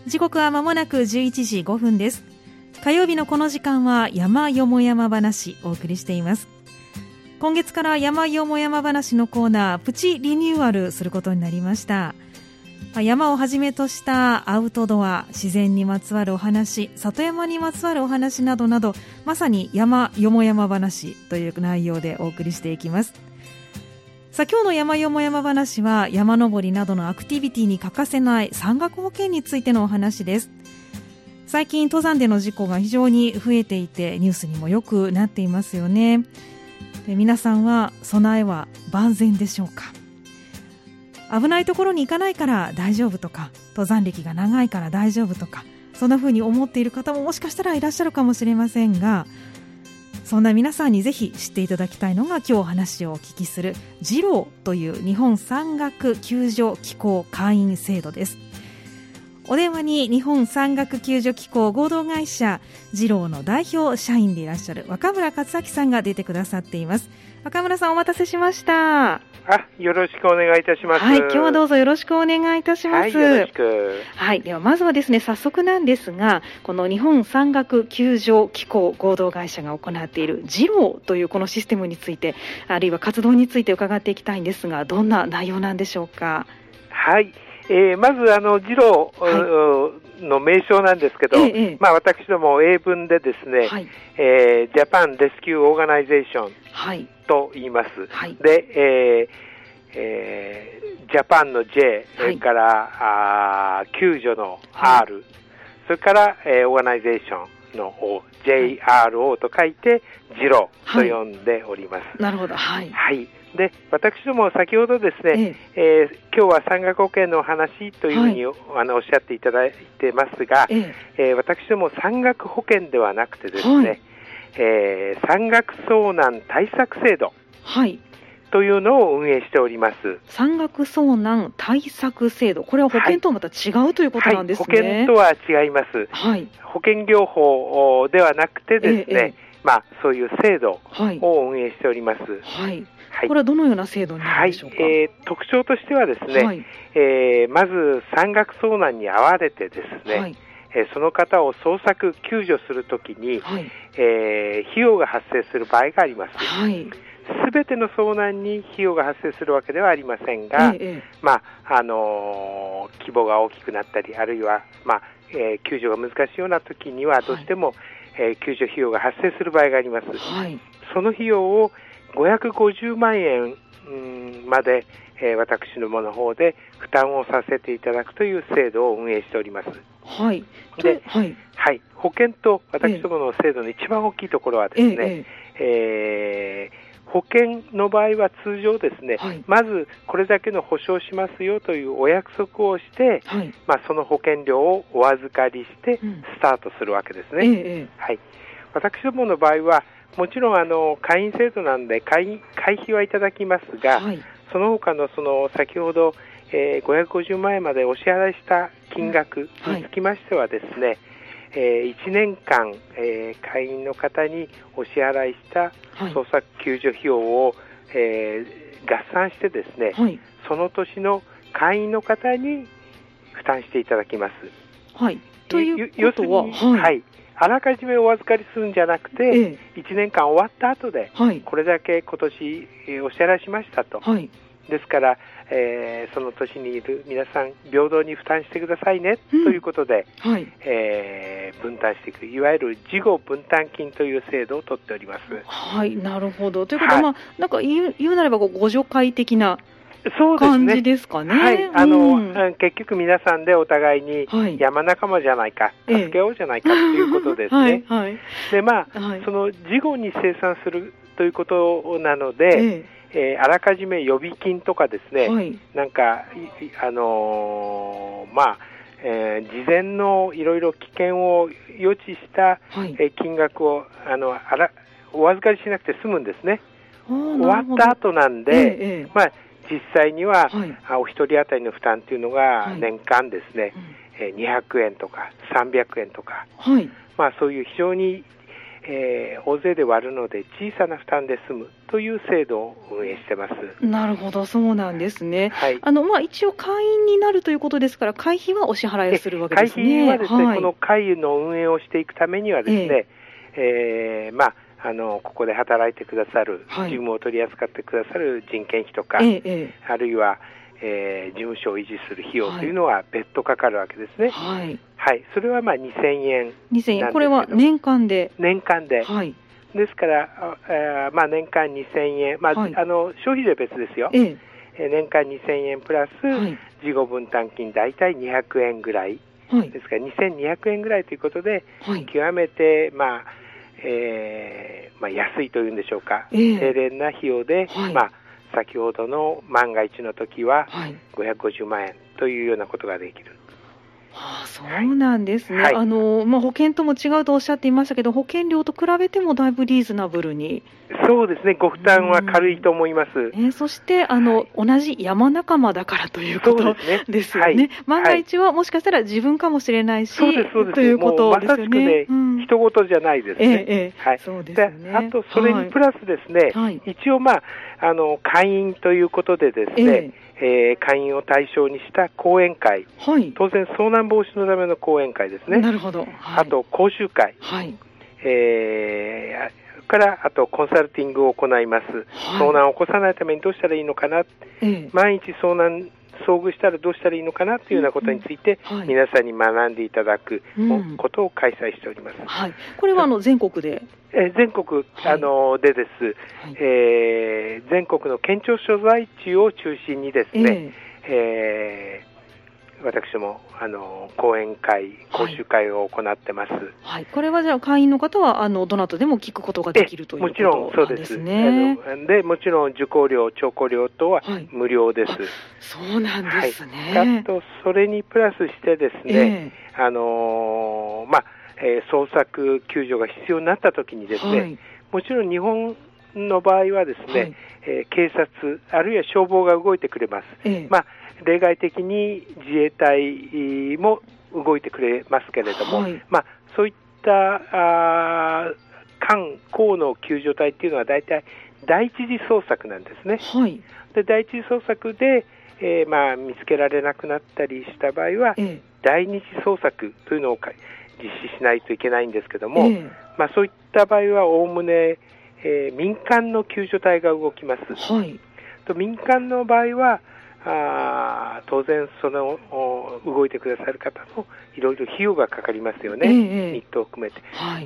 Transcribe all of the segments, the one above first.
時刻は間もなく11時5分です。火曜日のこの時間は山よも山話お送りしています。今月から山よも山話のコーナープチリニューアルすることになりました。山をはじめとしたアウトドア、自然にまつわるお話、里山にまつわるお話などなど、まさに山よも山話という内容でお送りしていきます。さあ、今日の山よも山話は山登りなどのアクティビティに欠かせない山岳保険についてのお話です。最近登山での事故が非常に増えていてニュースにもよくなっていますよね。で、皆さんは備えは万全でしょうか。危ないところに行かないから大丈夫とか、登山歴が長いから大丈夫とか、そんな風に思っている方ももしかしたらいらっしゃるかもしれませんが、そんな皆さんにぜひ知っていただきたいのが今日お話をお聞きするJIROという日本山岳救助機構会員制度です。お電話に日本山岳救助機構合同会社JIROの代表社員でいらっしゃる若村克明さんが出てくださっています。若村さん、お待たせしました。 よろしくお願いいたします。 はい、今日はどうぞよろしくお願いいたします。 よろしく。 はい、ではまずはですね、早速なんですが、この日本山岳救助機構合同会社が行っているJIROというこのシステムについて、あるいは活動について伺っていきたいんですが、どんな内容なんでしょうか。 はい、まずJIROの名称なんですけど、私ども英文でですね、Japan Rescue Organization と言います。で、ジャパンの J、それから救助の R、それから、オーガナイゼーションの O、JRO と書いて JIRO と呼んでおります。なるほど。はい。で、私ども先ほどですね、今日は山岳保険のお話というふうに、おっしゃっていただいてますが、私ども山岳保険ではなくてですね、山岳遭難対策制度というのを運営しております。山岳遭難対策制度、これは保険とはまた違うということなんですね。保険とは違います。保険業法ではなくてですね、そういう制度を運営しております。これはどのような制度になるんでしょうか。特徴としてはですね、まず山岳遭難に遭われてですね、その方を捜索救助するときに、費用が発生する場合があります。すべての遭難に費用が発生するわけではありませんが、規模が大きくなったり、あるいは、救助が難しいようなときにはどうしても、救助費用が発生する場合があります。その費用を550万円まで、私どもの方で負担をさせていただくという制度を運営しております。で、保険と私どもの制度の一番大きいところはですね、保険の場合は通常ですね、まずこれだけの保証しますよというお約束をして、その保険料をお預かりしてスタートするわけですね。私どもの場合はもちろん会員制度なんで会費はいただきますが、その他の先ほど、550万円までお支払いした金額につきましてはですね、1年間、会員の方にお支払いした捜索救助費用を、合算してですね、その年の会員の方に負担していただきます。ということは、あらかじめお預かりするんじゃなくて、1年間終わった後で、これだけ今年、お支払いしましたと。ですから、その年にいる皆さん平等に負担してくださいね、ということで、分担していく、いわゆる事後分担金という制度を取っております。なるほど。ということは、なんか言うなればご助会的な感じですかね。結局皆さんでお互いに山仲間じゃないか、助けようじゃないかということですね。で、その事後に生産するということなので、あらかじめ予備金とかですね、なんか事前のいろいろ危険を予知した、金額をお預かりしなくて済むんですね。終わった後なんで、実際には、お一人当たりの負担というのが年間ですね、200円とか300円とか、そういう非常に、 大勢で割るので小さな負担で済むという制度を運営してます。 なるほど、そうなんですね。 はい、 一応会員になるということですから、会費はお支払いをするわけですね。 会費はですね、 はい、 この会の運営をしていくためにはですね、ここで働いてくださる、事務を取り扱ってくださる人件費とか、あるいは、事務所を維持する費用というのは別途かかるわけですね。はい。はい。それは2000円なんですけど。 これは年間で。 年間で。はい。ですから、年間2000円。消費税別ですよ。年間2000円プラス、事後分担金大体200円ぐらい。ですから2200円ぐらいということで、極めて、安いというんでしょうか。低廉な費用で、先ほどの万が一の時は550万円というようなことができる。 そうなんですね。保険とも違うとおっしゃっていましたけど、保険料と比べてもだいぶリーズナブルに。 そうですね、ご負担は軽いと思います。 そして同じ山仲間だからということですよね。万が一はもしかしたら自分かもしれないし、ということですよね。 まさしくね、人事じゃないですね。 そうですね。 あとそれにプラスですね、一応会員ということでですね、会員を対象にした講演会、当然遭難防止のための講演会ですね。 なるほど。 あと講習会、からあとコンサルティングを行います。遭難を起こさないためにどうしたらいいのかな、万一遭難遭遇したらどうしたらいいのかなというようなことについて、皆さんに学んでいただくことを開催しております。 これは全国で全国でです、全国の県庁所在地を中心にですね、私ども講演会、講習会を行ってます。 これはじゃあ会員の方はどなたでも聞くことができるということなんですね。 もちろんそうです。でもちろん受講料、聴講料等は無料です。 そうなんですね。 あとそれにプラスしてですね、捜索救助が必要になったときにですね、もちろん日本の場合はですね、警察あるいは消防が動いてくれます。例外的に自衛隊も動いてくれますけれども、そういった甲の救助隊っていうのは大体第一次捜索なんですね。で第一次捜索で、見つけられなくなったりした場合は、第二次捜索というのを実施しないといけないんですけども、そういった場合はおおむね、民間の救助隊が動きます。と民間の場合は当然動いてくださる方もいろいろ費用がかかりますよね、日当を含めて。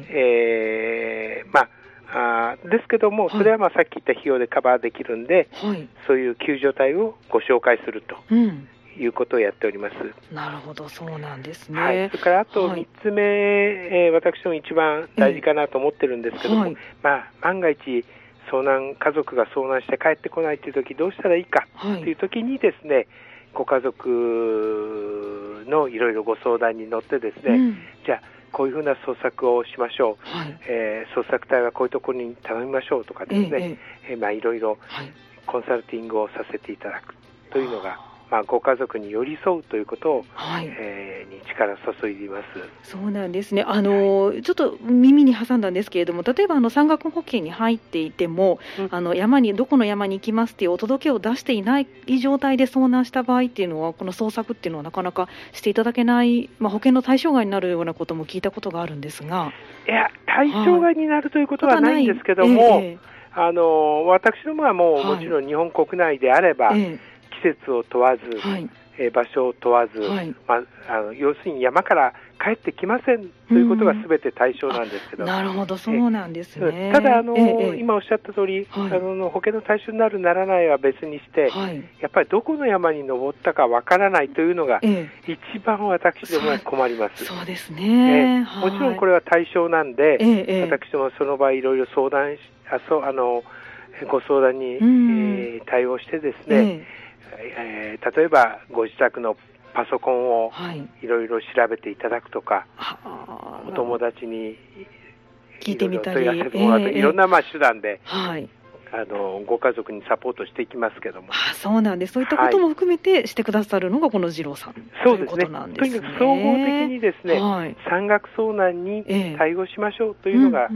ですけども、それはさっき言った費用でカバーできるんで、そういう救助隊をご紹介するということをやっております。 なるほど、そうなんですね。 それからあと3つ目、私も一番大事かなと思ってるんですけども、万が一家族が遭難して帰ってこないというときどうしたらいいかというときにですね、ご家族のいろいろご相談に乗ってですね、じゃあこういうふうな捜索をしましょう、捜索隊はこういうところに頼みましょうとかですね、いろいろコンサルティングをさせていただくというのが、ご家族に寄り添うということを、に力を注いでいます。 そうなんですね。ちょっと耳に挟んだんですけれども、例えば山岳保険に入っていても、どこの山に行きますっていうお届けを出していない状態で遭難した場合っていうのは、この捜索っていうのはなかなかしていただけない、保険の対象外になるようなことも聞いたことがあるんですが。 いや、対象外になるということはないんですけども、私どもはもちろん日本国内であれば、季節を問わず、場所を問わず、要するに山から帰ってきませんということがすべて対象なんですけど。 なるほど、そうなんですね。 ただ今おっしゃった通り、保険の対象になるならないは別にして、やっぱりどこの山に登ったかわからないというのが、一番私ども困ります。 そうですね。 もちろんこれは対象なんで、私どもその場合いろいろご相談に、対応してですね、例えばご自宅のパソコンをいろいろ調べていただくとか、お友達に聞いてみたり、 いろんな手段で、ご家族にサポートしていきますけども。 そうなんです。そういったことも含めてしてくださるのがこの次郎さんということなんですね。 とにかく総合的にですね、山岳遭難に対応しましょうというのが、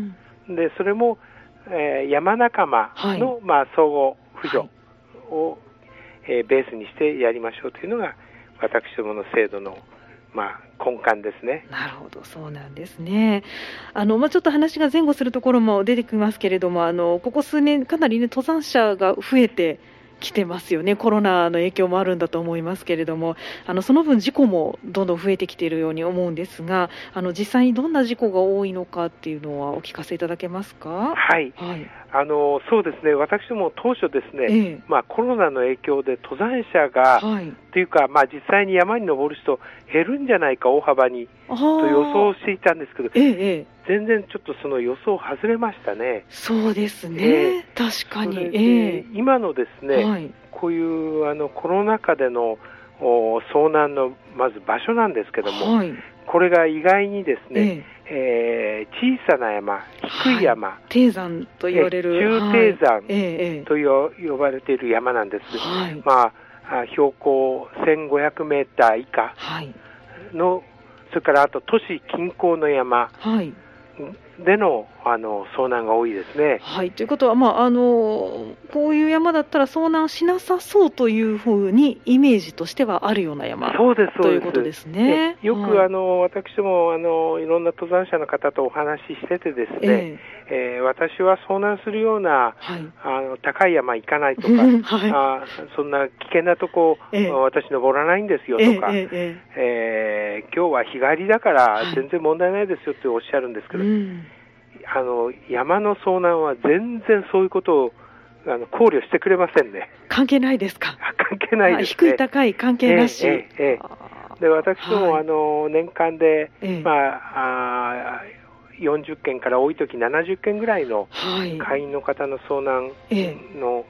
でそれも、山仲間の、相互扶助を、ベースにしてやりましょうというのが私どもの制度の、根幹ですね。 なるほど、そうなんですね。ちょっと話が前後するところも出てきますけれども、ここ数年かなりね、登山者が増えてきてますよね。コロナの影響もあるんだと思いますけれども、その分事故もどんどん増えてきているように思うんですが、実際にどんな事故が多いのかっていうのはお聞かせいただけますか？ はい、そうですね、私ども当初ですね、コロナの影響で登山者が、というか、実際に山に登る人減るんじゃないか大幅にと予想していたんですけど、全然ちょっとその予想外れましたね。 そうですね、確かに。 今のですね、こういうコロナ禍での遭難のまず場所なんですけども、これが意外にですね、小さな山、低い山、 低山と言われる中低山と呼ばれている山なんです。標高1500メーター以下の、それからあと都市近郊の山での遭難が多いですね。 ということは、こういう山だったら遭難しなさそうというふうにイメージとしてはあるような山ということですね。 よく私どもいろんな登山者の方とお話ししててですね、私は遭難するような、高い山行かないとか、そんな危険なとこ、私登らないんですよとか、今日は日帰りだから全然問題ないですよっておっしゃるんですけど、山の遭難は全然そういうことを考慮してくれませんね。 関係ないですか？ 関係ないですね。 低い高い関係なし。 で私ども、年間で、40件から多い時70件ぐらいの会員の方の遭難の、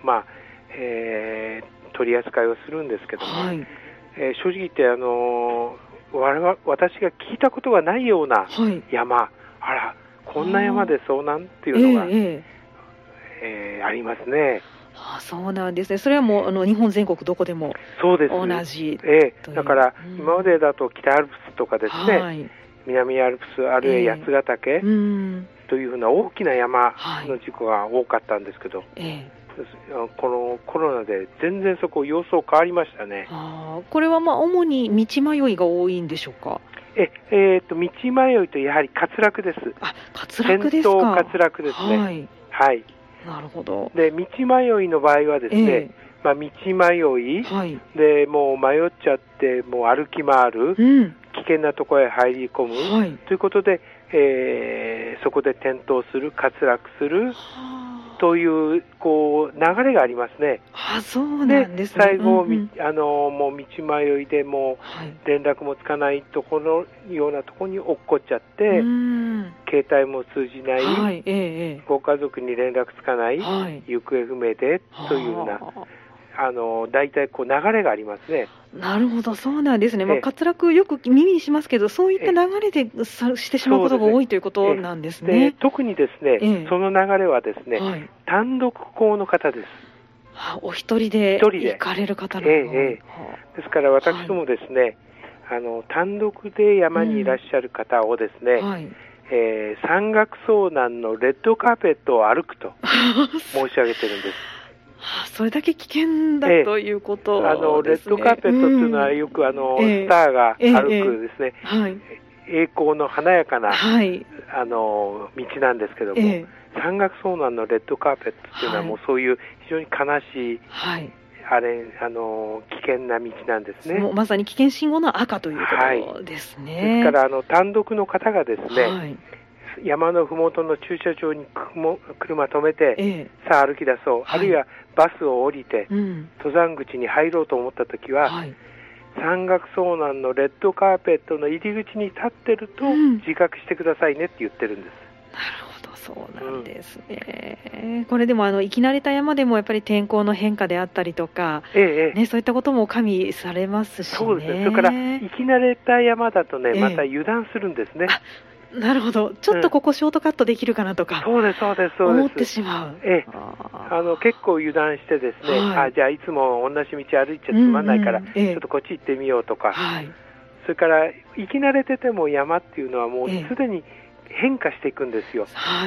取り扱いをするんですけども、正直言って私が聞いたことがないような山、こんな山で遭難っていうのが、ありますね。 そうなんですね。それはもう日本全国どこでも同じ。 だから今までだと北アルプスとかですね、南アルプスあるいは八ヶ岳というふうな大きな山の事故が多かったんですけど、このコロナで全然そこ様相変わりましたね。 これは主に道迷いが多いんでしょうか？ 道迷いとやはり滑落です。 滑落ですか？ 転倒滑落ですね。 なるほど。 で道迷いの場合はですね、道迷い、でもう迷っちゃってもう歩き回る、危険なところへ入り込む、ということで、そこで転倒する、滑落するという流れがありますね。 そうなんですね。 最後、もう道迷いでもう連絡もつかないところのようなところに落っこっちゃって、携帯も通じない、ご家族に連絡つかない、行方不明でというような大体流れがありますね。 なるほど、そうなんですね。滑落よく耳にしますけど、そういった流れでしてしまうことが多いということなんですね。 特にですね、その流れはですね、単独行の方です。 お一人で行かれる方の、 ですから私どもですね、単独で山にいらっしゃる方をですね、山岳遭難のレッドカーペットを歩くと申し上げてるんです。 それだけ危険だということですね。 レッドカーペットというのはよくスターが歩くですね、栄光の華やかな、道なんですけども、山岳遭難のレッドカーペットというのはもうそういう非常に悲しい、危険な道なんですね。 まさに危険信号の赤ということですね。 ですから単独の方がですね、山のふもとの駐車場に車止めて、さあ歩き出そう、あるいはバスを降りて、登山口に入ろうと思ったときは、山岳遭難のレッドカーペットの入り口に立ってると自覚してくださいねって言ってるんです。 なるほど、そうなんですね。これでも行き慣れた山でもやっぱり天候の変化であったりとか、そういったことも加味されますしね。 そうですね。それから行き慣れた山だとね、また油断するんですね。 なるほど。ちょっとここショートカットできるかなとか、思ってしまう。 結構油断してですね、じゃあいつも同じ道歩いちゃつまんないから、ちょっとこっち行ってみようとか、それから行き慣れてても山っていうのはもうすでに変化していくんですよ。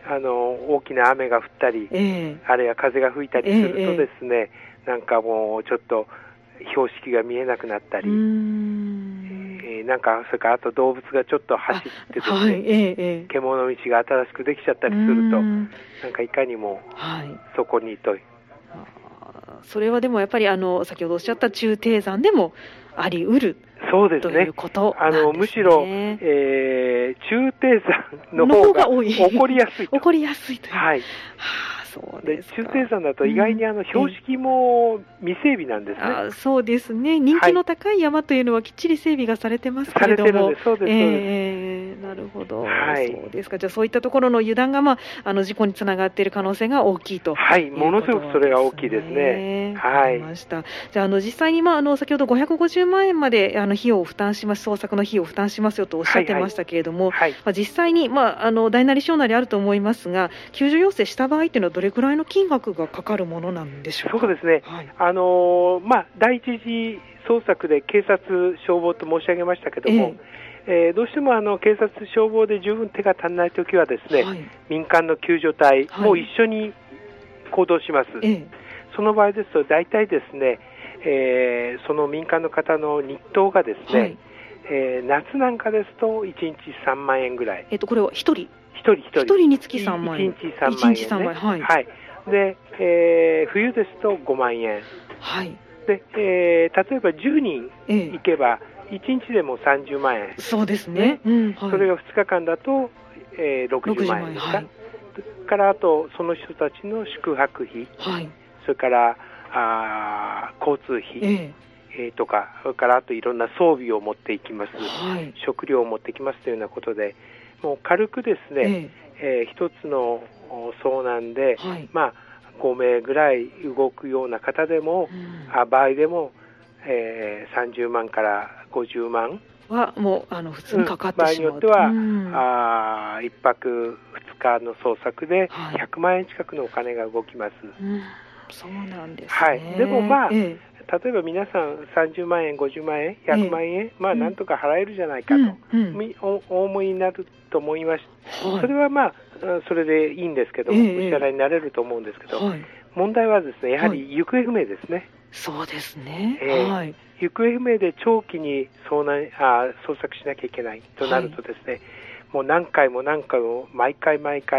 大きな雨が降ったり、あるいは風が吹いたりするとですね、なんかもうちょっと標識が見えなくなったり、なんかそれからあと動物がちょっと走ってですね、獣道が新しくできちゃったりすると、なんかいかにもそこにと。 それはでもやっぱり先ほどおっしゃった中低山でもあり得る。 そうですね。 ということなんですね。 むしろ、中低山の方が起こりやすいと。 起こりやすいという。 はい。 そうですか。 中低山だと意外に標識も未整備なんですね。 そうですね。人気の高い山というのはきっちり整備がされてますけれども。 されてるんです。そうです、そうです。 なるほど。そうですか。じゃあそういったところの油断が事故につながっている可能性が大きいということですね。 はい、ものすごくそれが大きいですね。はい。 わかりました。じゃあ実際に先ほど550万円まで費用を負担します、捜索の費用を負担しますよとおっしゃってましたけれども、実際に大なり小なりあると思いますが、救助要請した場合というのはどれくらいの金額がかかるものなんでしょうか。 そうですね。第一次捜索で警察、消防と申し上げましたけども、どうしても警察、消防で十分手が足りないときはですね、民間の救助隊も一緒に行動します。その場合ですと大体ですね、その民間の方の日当がですね、夏なんかですと1日3万円ぐらい。 これは一人につき3万円。 1日3万円、ね。はい。で、冬ですと5万円。で、例えば10人行けば、1日でも30万円。 そうですね。 それが2日間だと、60万円ですか。からあと、その人たちの宿泊費、それから交通費、とか、それからあといろんな装備を持っていきます、食料を持ってきますというようなことで、もう軽くですね、一つの遭難で、5名ぐらい動くような方でも、場合でも、30万から50万はもう普通にかかってしまう、 場合によっては、1泊2日の捜索で100万円近くのお金が動きます。 そうなんですね。 でも例えば皆さん30万円、50万円、100万円、なんとか払えるじゃないかと、お思いになると思います。それはそれでいいんですけども、お支払いになれると思うんですけど、問題はですね、やはり行方不明ですね。 そうですね。 行方不明で長期に捜索しなきゃいけないとなるとですね、もう何回も毎回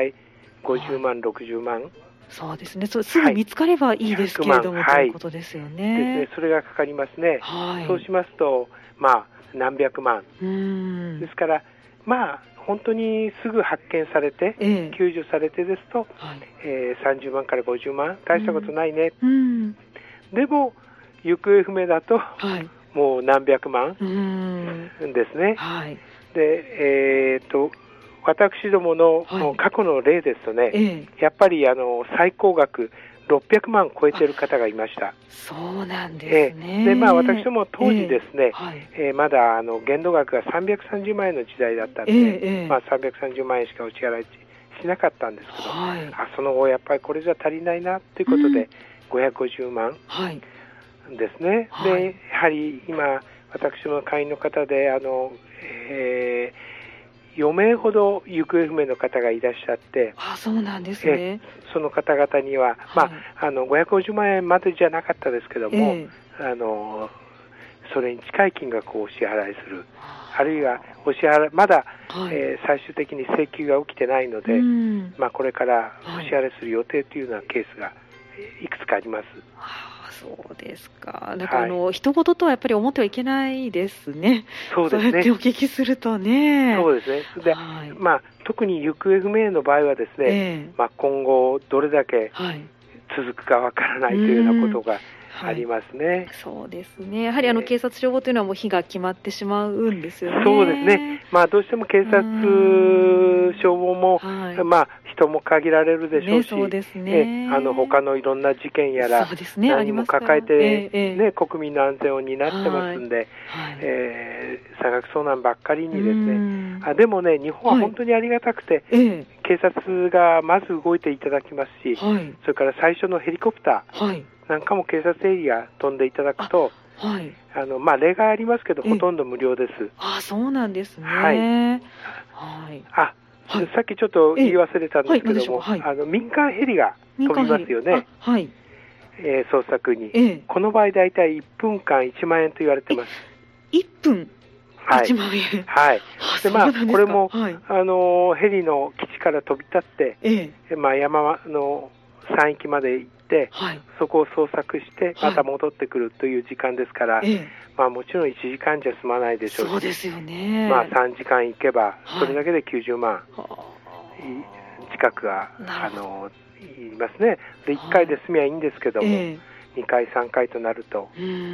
50万、60万。 そうですね。すぐ見つかればいいですけれども、ということですよね。 それがかかりますね。そうしますと、何百万。ですから、本当にすぐ発見されて、救助されてですと、30万から50万、大したことないね。でも、行方不明だと、もう何百万ですね。で、私どもの過去の例ですとね、やっぱり最高額600万超えている方がいました。 そうなんですね。 で、私ども当時ですね、まだ限度額が330万円の時代だったんで、330万円しかお支払いしなかったんですけど、その後やっぱりこれじゃ足りないなということで、550万ですね。で、やはり今、私の会員の方で、4名ほど行方不明の方がいらっしゃって、 そうなんですね。 その方々には、550万円までじゃなかったですけども、それに近い金額をお支払いする、あるいはお支払いまだ、最終的に請求が起きてないので、これからお支払いする予定というようなケースがいくつかあります。 そうですか。なんか人事とはやっぱり思ってはいけないですね。 そうですね。 そうやってお聞きするとね。 そうですね。で、特に行方不明の場合はですね、今後どれだけ続くかわからないというようなことがありますね。 そうですね。やはり警察消防というのはもう日が決まってしまうんですよね。 そうですね。どうしても警察消防も人も限られるでしょうし、 そうですね。 他のいろんな事件やら何も抱えて国民の安全を担ってますんで、差額遭難ばっかりにですね。でもね、日本は本当にありがたくて、警察がまず動いていただきますし、それから最初のヘリコプターなんかも警察エリア飛んでいただくと、例外ありますけど、ほとんど無料です。 そうなんですね。 はい、 さっきちょっと言い忘れたんですけども、 はい、 民間ヘリが飛びますよね。 はい、 捜索に、この場合だいたい1分間1万円と言われてます。 1分1万円。 はい。で、これも、ヘリの基地から飛び立って、山の山域まで行って、そこを捜索して、また戻ってくるという時間ですから、もちろん1時間じゃ済まないでしょうし、 そうですよね。 3時間行けば、それだけで90万近くが、いますね。で、1回で済みはいいんですけども、2回、3回となると。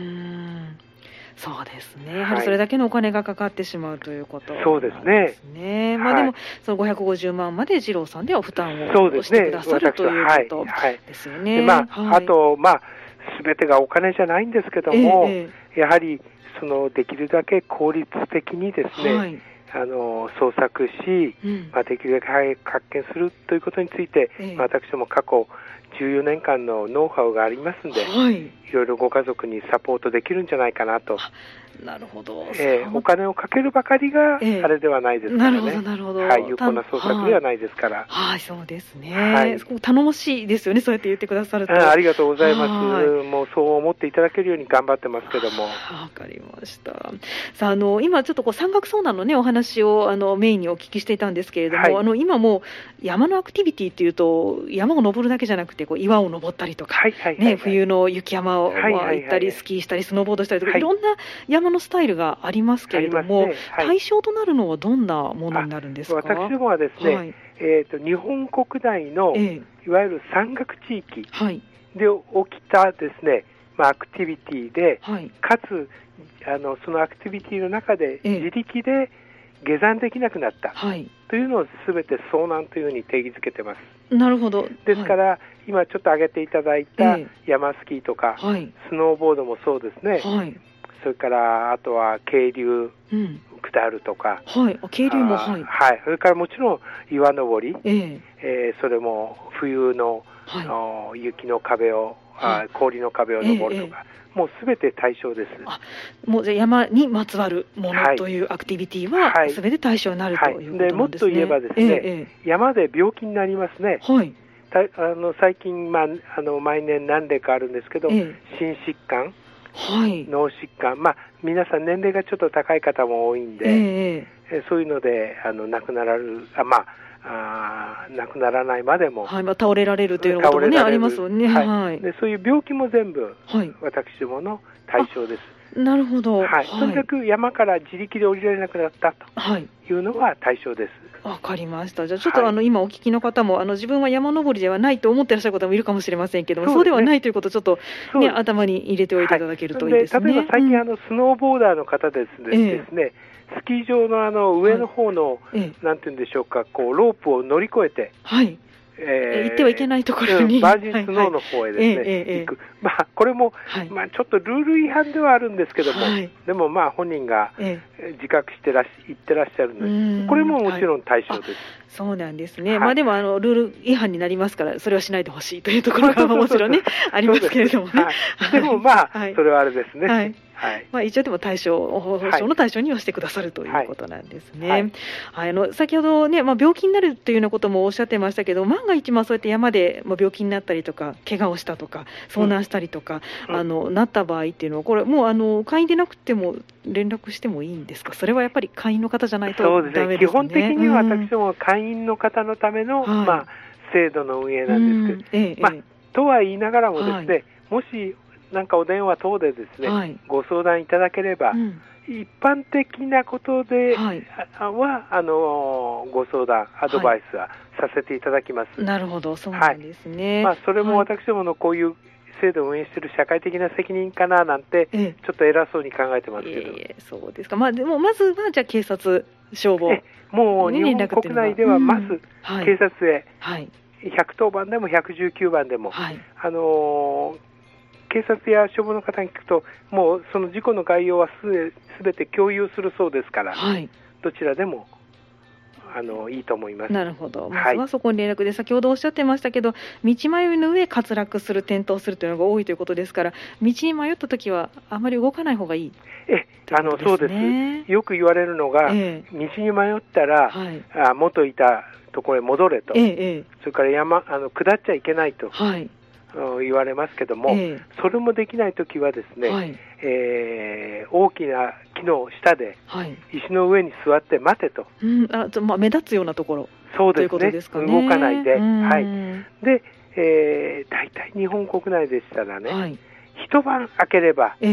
そうですね。やはりそれだけのお金がかかってしまうということなんですね。 そうですね。 でも、その550万まで二郎さんでは負担をしてくださるということですよね。 あと、すべてがお金じゃないんですけども、やはり、できるだけ効率的にですね、捜索し、できるだけ発見するということについて、私ども過去14年間のノウハウがありますので、いろいろご家族にサポートできるんじゃないかなと。 なるほど。 お金をかけるばかりがあれではないですからね。 なるほど。 有効な捜索ではないですから。 そうですね。頼もしいですよね、そうやって言ってくださると。 ありがとうございます。もうそう思っていただけるように頑張ってますけども。 わかりました。さあ、今ちょっと山岳遭難のね、お話をメインにお聞きしていたんですけれども、今もう山のアクティビティっていうと、山を登るだけじゃなくて、岩を登ったりとか、冬の雪山を行ったり、スキーしたり、スノーボードしたりとか、いろんな山のスタイルがありますけれども、対象となるのはどんなものになるんですか？ 私どもはですね、日本国内のいわゆる山岳地域で起きたですね、アクティビティで、かつそのアクティビティの中で自力で下山できなくなったというのをすべて遭難というふうに定義づけてます。 なるほど。 ですから、今ちょっと挙げていただいた山スキーとか、スノーボードもそうですね。それからあとは渓流下るとか、 渓流もそれからもちろん岩登り、それも冬の雪の壁を、氷の壁を登るとか、もうすべて対象です。 もうじゃあ山にまつわるものというアクティビティはすべて対象になるということなんですね。 もっと言えばですね、山で病気になりますね。最近、毎年何例かあるんですけど、心疾患、脳疾患、皆さん年齢がちょっと高い方も多いんで、そういうので亡くならないまでも、 倒れられるということもねありますよね。 でそういう病気も全部、私どもの対象です。 なるほど。 とにかく山から自力で降りられなくなったというのが対象です。 わかりました。じゃあちょっと今お聞きの方も自分は山登りではないと思ってらっしゃる方もいるかもしれませんけども、そうではないということをちょっとね頭に入れておいていただけるといいですね。 例えば最近スノーボーダーの方ですね、スキー場の上の方のなんていうんでしょうか、ロープを乗り越えて。 行ってはいけないところにバージンスノーの方へですね、行く。これも、ちょっとルール違反ではあるんですけども、でも本人が自覚して言ってらっしゃるので、これももちろん対象です。 そうなんですね。でもルール違反になりますから、それはしないでほしいというところがもちろんね、ありますけれどもね。 でもそれはあれですね。 一応でも法証の対象にはしてくださるということなんですね。先ほどね、病気になるというようなこともおっしゃってましたけど、万が一そうやって山で病気になったりとか、怪我をしたとか、遭難したりとか、なった場合っていうのは、これもう会員でなくても連絡してもいいんですか？それはやっぱり会員の方じゃないとダメですね。 基本的には私ども会員の方のための制度の運営なんですけど、とは言いながらもですね、もしなんかお電話等でですね、ご相談いただければ、一般的なことでご相談、アドバイスはさせていただきます。 なるほど、そうなんですね。 それも私どものこういう制度を運営している社会的な責任かななんて、ちょっと偉そうに考えてますけど。 そうですか。でもまずはじゃあ警察、消防、 もう日本国内ではまず警察へ、110番でも119番でも、警察や消防の方に聞くと、もうその事故の概要はすべて共有するそうですから、どちらでもいいと思います。 なるほど。まずはそこに連絡で、先ほどおっしゃってましたけど、道迷いの上滑落する、転倒するというのが多いということですから、道に迷ったときはあまり動かない方がいい。 そうです。よく言われるのが、道に迷ったら、元いたところへ戻れと、それから下っちゃいけないと、言われますけども、それもできないときはですね、大きな木の下で、石の上に座って待てと。 目立つようなところ。 そうですね。 ということですかね。 動かないで。で、大体日本国内でしたらね、一晩明ければ、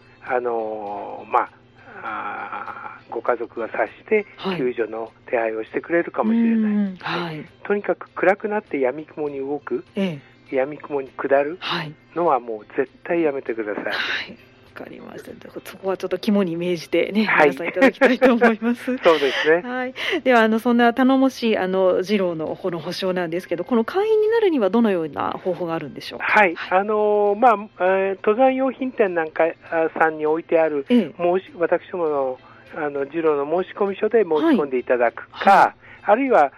ご家族が察して救助の手配をしてくれるかもしれない。とにかく暗くなって闇雲に動く、闇雲に下るのはもう絶対やめてください。 わかりました。そこはちょっと肝に銘じてね、皆さんいただきたいと思います。 そうですね。 ではそんな頼もしい次郎の保証なんですけど、この会員になるにはどのような方法があるんでしょうか。 登山用品店なんかさんに置いてある、私どもの次郎の申込書で申し込んでいただくか、あるいは、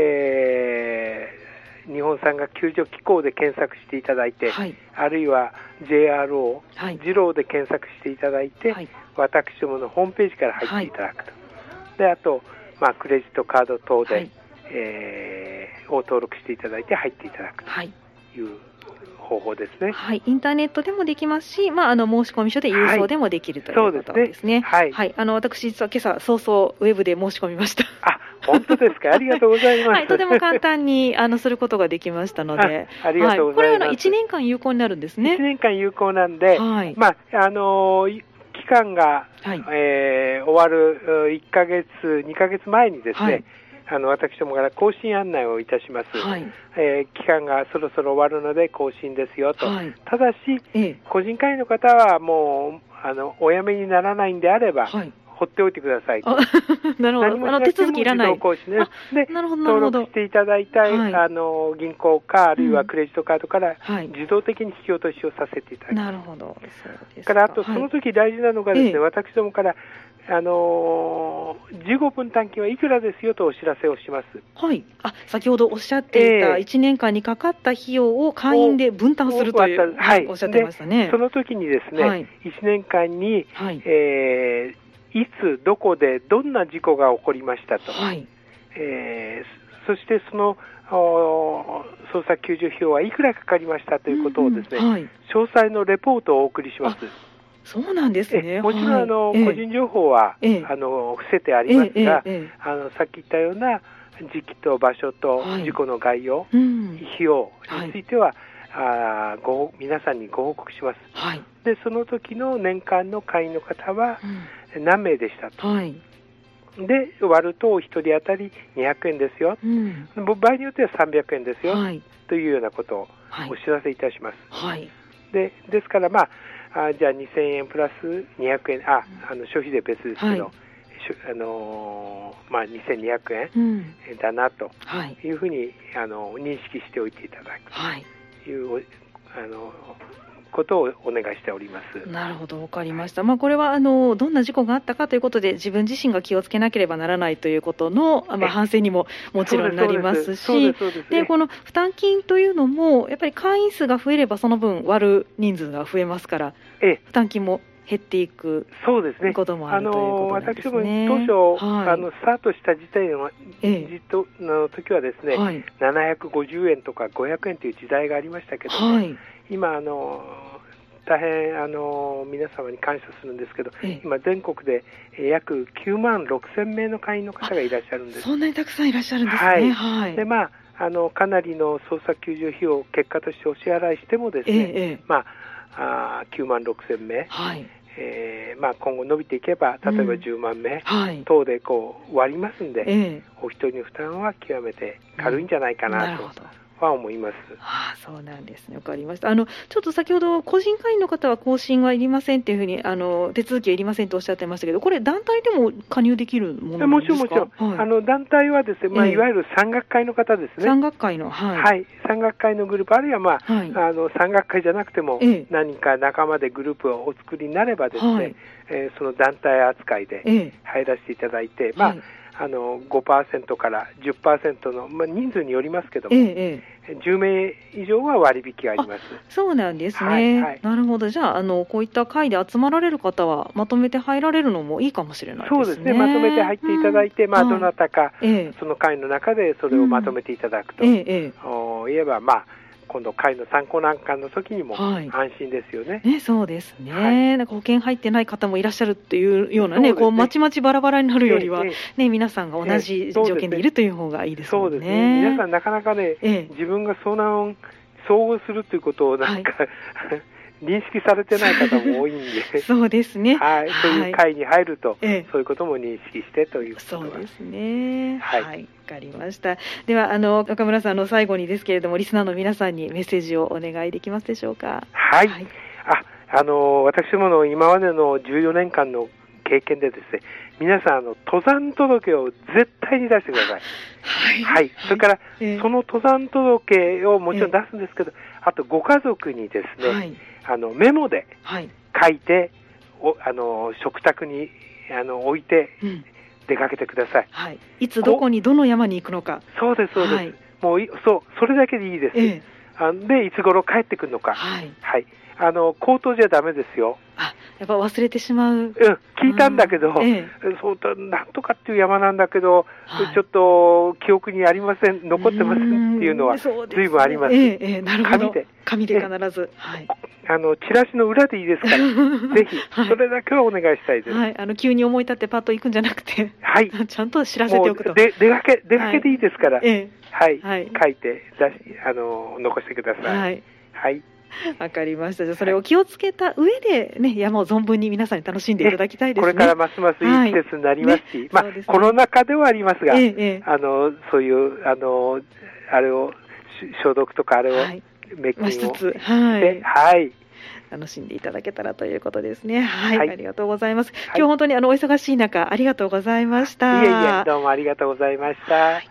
日本山岳救助機構で検索していただいて、あるいは JRO、次郎で検索していただいて、私どものホームページから入っていただくと。で、あと、クレジットカード等で、を登録していただいて入っていただくという方法ですね。 インターネットでもできますし、申込書で郵送でもできるということですね。私実は今朝早々ウェブで申し込みました。 本当ですか。ありがとうございます。 とても簡単にすることができましたので、 ありがとうございます。 これは1年間有効になるんですね。 1年間有効なんで、期間が、終わる1ヶ月、2ヶ月前にですね、私どもから更新案内をいたします。期間がそろそろ終わるので更新ですよと。ただし、個人会員の方はもうお辞めにならないんであれば、放っておいてくださいと。 なるほど。手続きいらない。 で、登録していただいた銀行か、あるいはクレジットカードから自動的に引き落としをさせていただきます。 なるほど。 から、あとその時大事なのがですね、私どもから15分短期はいくらですよとお知らせをします。 先ほどおっしゃっていた1年間にかかった費用を会員で分担するというおっしゃってましたね。 その時にですね、1年間に、いつどこでどんな事故が起こりましたと、そしてその捜索救助費用はいくらかかりましたということをですね、詳細のレポートをお送りします。 そうなんですね。 もちろん個人情報は伏せてありますが、さっき言ったような時期と場所と事故の概要、費用については皆さんにご報告します。で、その時の年間の会員の方は何名でしたと。で、割るとお一人当たり200円ですよ。場合によっては300円ですよ。というようなことをお知らせいたします。ですから、じゃあ2000円プラス200円、消費税別ですけど、2200円だなというふうに認識しておいていただくということをお願いしております。 なるほど、わかりました。これはどんな事故があったかということで自分自身が気をつけなければならないということの、反省にももちろんなりますし、でこの負担金というのもやっぱり会員数が増えればその分割る人数が増えますから、負担金も減っていくこともあるということなんですね。 私ども当初、スタートした時点の時はですね、750円とか500円という時代がありましたけども、今大変皆様に感謝するんですけど、今全国で約9万6000名の会員の方がいらっしゃるんです。 そんなにたくさんいらっしゃるんですね。 でかなりの捜索救助費用を結果としてお支払いしてもですね、9万6000名、今後伸びていけば例えば10万名等で割りますんで、お一人の負担は極めて軽いんじゃないかなとは思います。 そうなんですね。わかりました。ちょっと先ほど個人会員の方は更新はいりませんというふうに手続きはいりませんとおっしゃってましたけど、これ団体でも加入できるものなんですか？ もちろん、団体はですね、いわゆる山岳会の方ですね。 山岳会の山岳会のグループ、あるいは山岳会じゃなくても、何か仲間でグループをお作りになればですね、その団体扱いで入らせていただいて、 5% から 10% の、人数によりますけども、10名以上は割引があります。 そうなんですね。なるほど。じゃあ、こういった会で集まられる方はまとめて入られるのもいいかもしれないですね。 そうですね。まとめて入っていただいて、どなたか、その会の中でそれをまとめていただくと、言えば、今度会の参考なんかの時にも安心ですよね。 そうですね。なんか保険入ってない方もいらっしゃるっていうようなね、まちまちバラバラになるよりは、皆さんが同じ条件でいるという方がいいですもんね。そうですね。 皆さんなかなかね、自分が遭難を遭遇するということを認識されてない方も多いんでそうですね。 そういう会に入ると、そういうことも認識してということは。 そうですね。わかりました。では岡村さん、最後にですけれども、リスナーの皆さんにメッセージをお願いできますでしょうか。 私どもの今までの14年間の経験でですね、皆さん登山届を絶対に出してください。それから、その登山届をもちろん出すんですけど、あとご家族にですね、メモで書いて、食卓に置いて出かけてください。 いつどこにどの山に行くのか。 そうです、そうです。もうそれだけでいいです。で、いつ頃帰ってくるのか。口頭じゃダメですよ。 やっぱ忘れてしまう。 聞いたんだけど、なんとかっていう山なんだけど、ちょっと記憶にありません、残ってませんっていうのは随分あります。 紙で必ず。 チラシの裏でいいですから、ぜひそれだけはお願いしたいです。 急に思い立ってパッと行くんじゃなくて、ちゃんと知らせておくと。 出かけでいいですから、書いて残してください。 わかりました。じゃあそれを気をつけた上でね、山を存分に皆さんに楽しんでいただきたいですね。 これからますますいい季節になりますし、コロナ禍ではありますが、そういうあれを消毒とかあれを滅菌をして楽しんでいただけたらということですね。ありがとうございます。今日本当にお忙しい中ありがとうございました。 いえいえ、どうもありがとうございました。